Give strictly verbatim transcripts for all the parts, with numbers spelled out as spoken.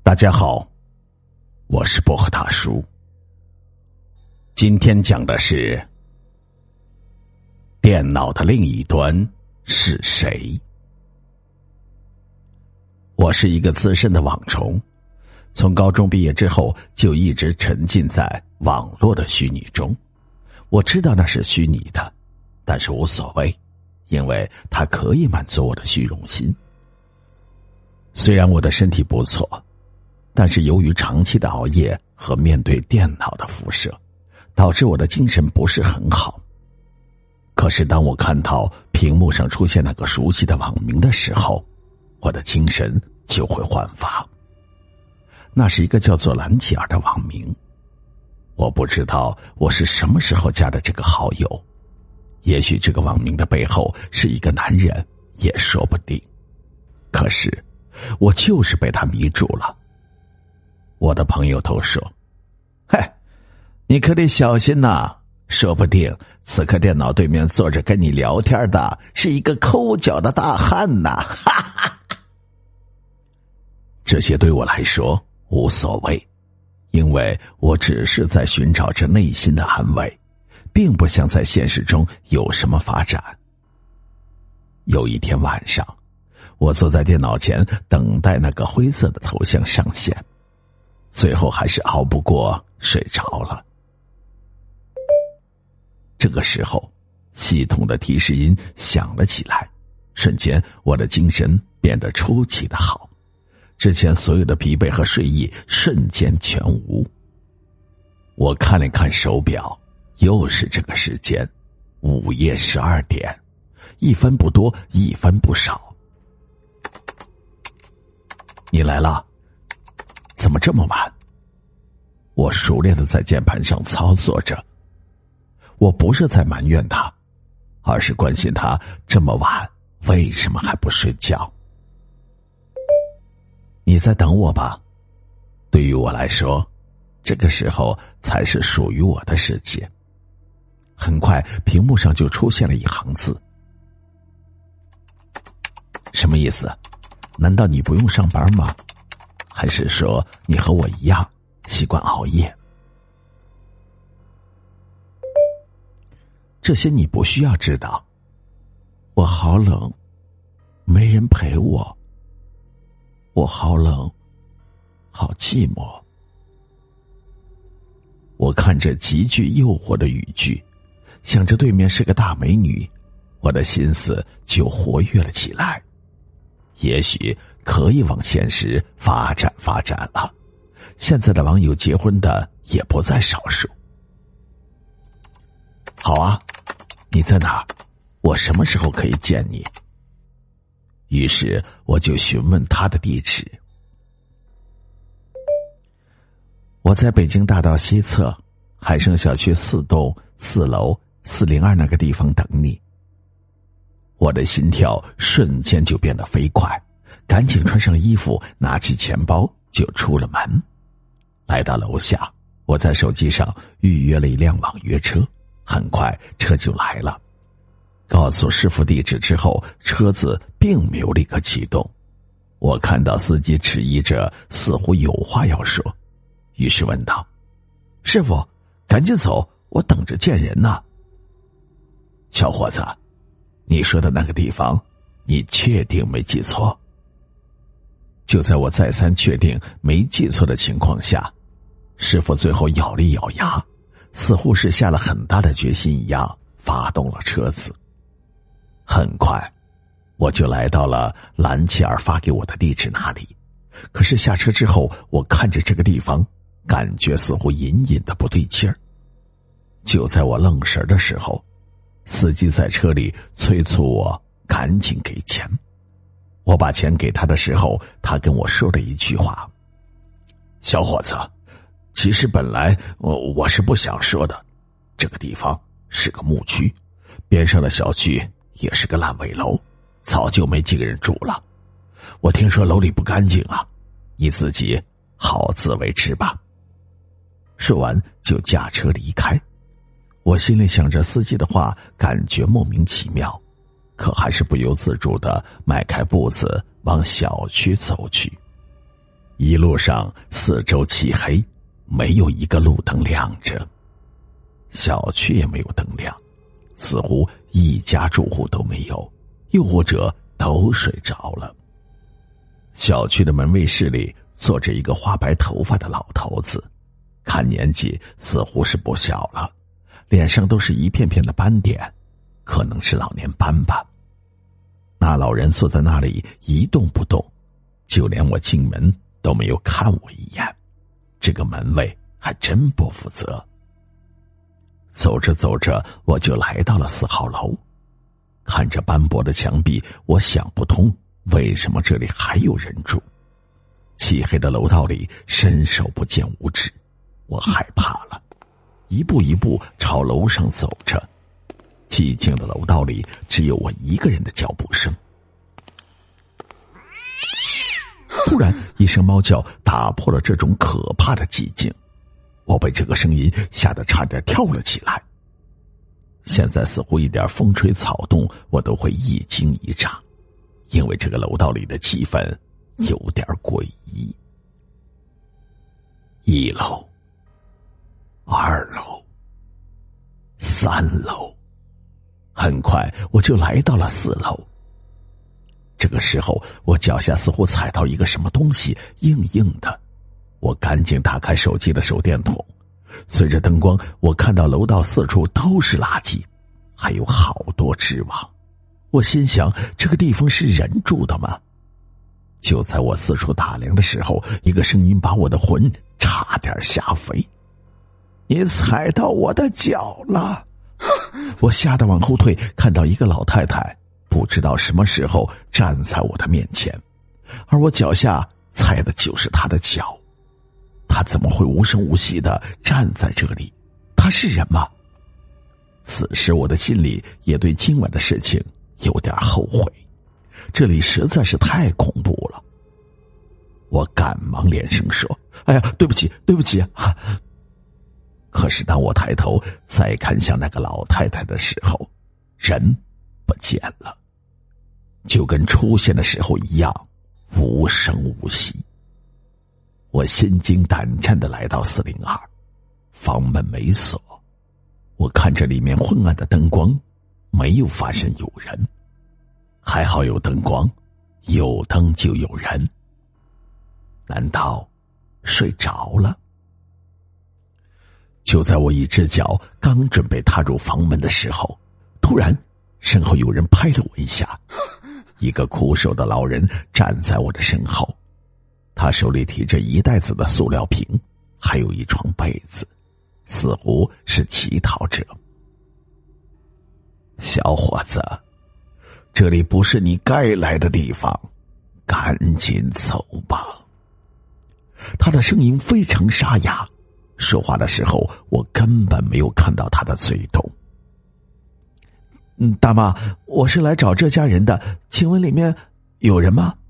大家好，我是薄荷大叔。今天讲的是电脑的另一端是谁。我是一个资深的网虫，从高中毕业之后就一直沉浸在网络的虚拟中。我知道那是虚拟的，但是无所谓，因为它可以满足我的虚荣心。虽然我的身体不错，但是由于长期的熬夜和面对电脑的辐射，导致我的精神不是很好。可是当我看到屏幕上出现那个熟悉的网名的时候，我的精神就会焕发。那是一个叫做兰吉尔的网名，我不知道我是什么时候加的这个好友，也许这个网名的背后是一个男人，也说不定。可是我就是被他迷住了。我的朋友都说，嗨，你可得小心呐，说不定此刻电脑对面坐着跟你聊天的是一个抠脚的大汉呐。哈哈，这些对我来说无所谓，因为我只是在寻找着内心的安慰，并不想在现实中有什么发展。有一天晚上，我坐在电脑前等待那个灰色的头像上线，最后还是熬不过睡着了。这个时候，系统的提示音响了起来，瞬间我的精神变得出奇的好，之前所有的疲惫和睡意瞬间全无。我看了看手表，又是这个时间，午夜十二点，一分不多，一分不少。你来了，怎么这么晚？我熟练的在键盘上操作着。我不是在埋怨他，而是关心他这么晚为什么还不睡觉。你在等我吧，对于我来说，这个时候才是属于我的世界。很快屏幕上就出现了一行字。什么意思？难道你不用上班吗？还是说你和我一样习惯熬夜？这些你不需要知道。我好冷，没人陪我。我好冷，好寂寞。我看着极具诱惑的语句，想着对面是个大美女，我的心思就活跃了起来。也许可以往现实发展发展了，现在的网友结婚的也不在少数。好啊，你在哪儿？我什么时候可以见你？于是我就询问他的地址。我在北京大道西侧海盛小区四栋四楼四零二那个地方等你。我的心跳瞬间就变得飞快，赶紧穿上衣服，拿起钱包就出了门。来到楼下，我在手机上预约了一辆网约车，很快车就来了。告诉师傅地址之后，车子并没有立刻启动。我看到司机迟疑着，似乎有话要说，于是问道：师傅，赶紧走，我等着见人呢。小伙子，你说的那个地方，你确定没记错？就在我再三确定没记错的情况下，师傅最后咬了一咬牙，似乎是下了很大的决心一样，发动了车子。很快我就来到了兰奇尔发给我的地址那里，可是下车之后，我看着这个地方，感觉似乎隐隐的不对劲儿。就在我愣神的时候，司机在车里催促我赶紧给钱。我把钱给他的时候，他跟我说了一句话：小伙子，其实本来我我是不想说的，这个地方是个牧区，边上的小区也是个烂尾楼，早就没几个人住了。我听说楼里不干净啊，你自己好自为之吧。说完就驾车离开。我心里想着司机的话，感觉莫名其妙，可还是不由自主地迈开步子往小区走去。 一路上四周漆黑，没有一个路灯亮着，小区也没有灯亮，似乎一家住户都没有，又或者都睡着了。小区的门卫室里坐着一个花白头发的老头子，看年纪似乎是不小了，脸上都是一片片的斑点，可能是老年斑吧。那老人坐在那里一动不动，就连我进门都没有看我一眼，这个门卫还真不负责。走着走着，我就来到了四号楼，看着斑驳的墙壁，我想不通为什么这里还有人住。漆黑的楼道里伸手不见五指，我害怕了，一步一步朝楼上走着。寂静的楼道里只有我一个人的脚步声。突然一声猫叫打破了这种可怕的寂静，我被这个声音吓得差点跳了起来。现在似乎一点风吹草动我都会一惊一乍，因为这个楼道里的气氛有点诡异。一楼、二楼、三楼，很快我就来到了四楼。这个时候我脚下似乎踩到一个什么东西，硬硬的。我赶紧打开手机的手电筒，随着灯光，我看到楼道四处都是垃圾，还有好多织网。我心想，这个地方是人住的吗？就在我四处打量的时候，一个声音把我的魂差点吓飞。你踩到我的脚了！我吓得往后退，看到一个老太太不知道什么时候站在我的面前，而我脚下踩的就是她的脚。她怎么会无声无息地站在这里？她是人吗？此时我的心里也对今晚的事情有点后悔，这里实在是太恐怖了。我赶忙连声说：“哎呀，对不起，对不起啊！”可是当我抬头再看向那个老太太的时候，人不见了，就跟出现的时候一样，无声无息。我心惊胆战地来到四零二，房门没锁，我看着里面昏暗的灯光，没有发现有人。还好有灯光，有灯就有人。难道睡着了？就在我一只脚刚准备踏入房门的时候，突然身后有人拍了我一下，一个枯瘦的老人站在我的身后，他手里提着一袋子的塑料瓶，还有一床被子，似乎是乞讨者。小伙子，这里不是你该来的地方，赶紧走吧。他的声音非常沙哑，说话的时候我根本没有看到他的嘴动。嗯，大妈，我是来找这家人的，请问里面有人吗？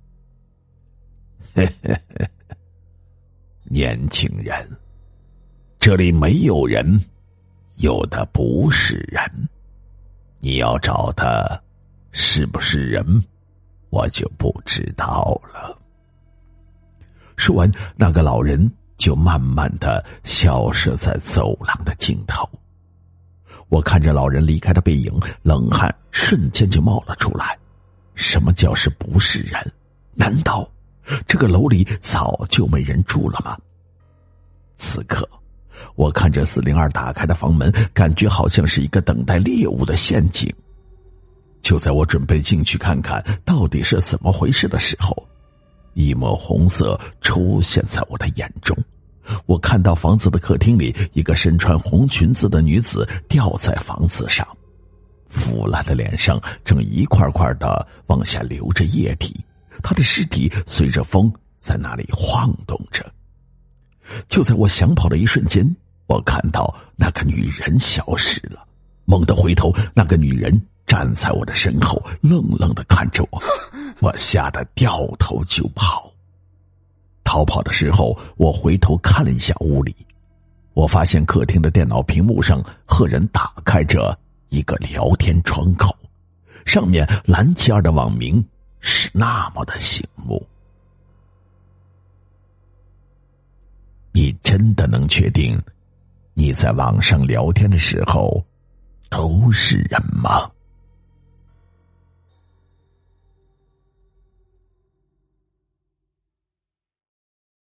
嘿嘿嘿，年轻人，这里没有人，有的不是人。你要找的是不是人，我就不知道了。说完，那个老人就慢慢的消失在走廊的尽头。我看着老人离开的背影，冷汗瞬间就冒了出来。什么叫是不是人？难道这个楼里早就没人住了吗？此刻我看着四零二打开的房门，感觉好像是一个等待猎物的陷阱。就在我准备进去看看到底是怎么回事的时候，一抹红色出现在我的眼中。我看到房子的客厅里，一个身穿红裙子的女子吊在房子上，腐烂的脸上正一块块的往下流着液体，她的尸体随着风在那里晃动着。就在我想跑的一瞬间，我看到那个女人消失了。猛地回头，那个女人站在我的身后，愣愣地看着我，我吓得掉头就跑。逃跑的时候，我回头看了一下屋里，我发现客厅的电脑屏幕上赫然打开着一个聊天窗口，上面蓝七儿的网名是那么的醒目。 真的能确定你在网上聊天的时候都是人吗？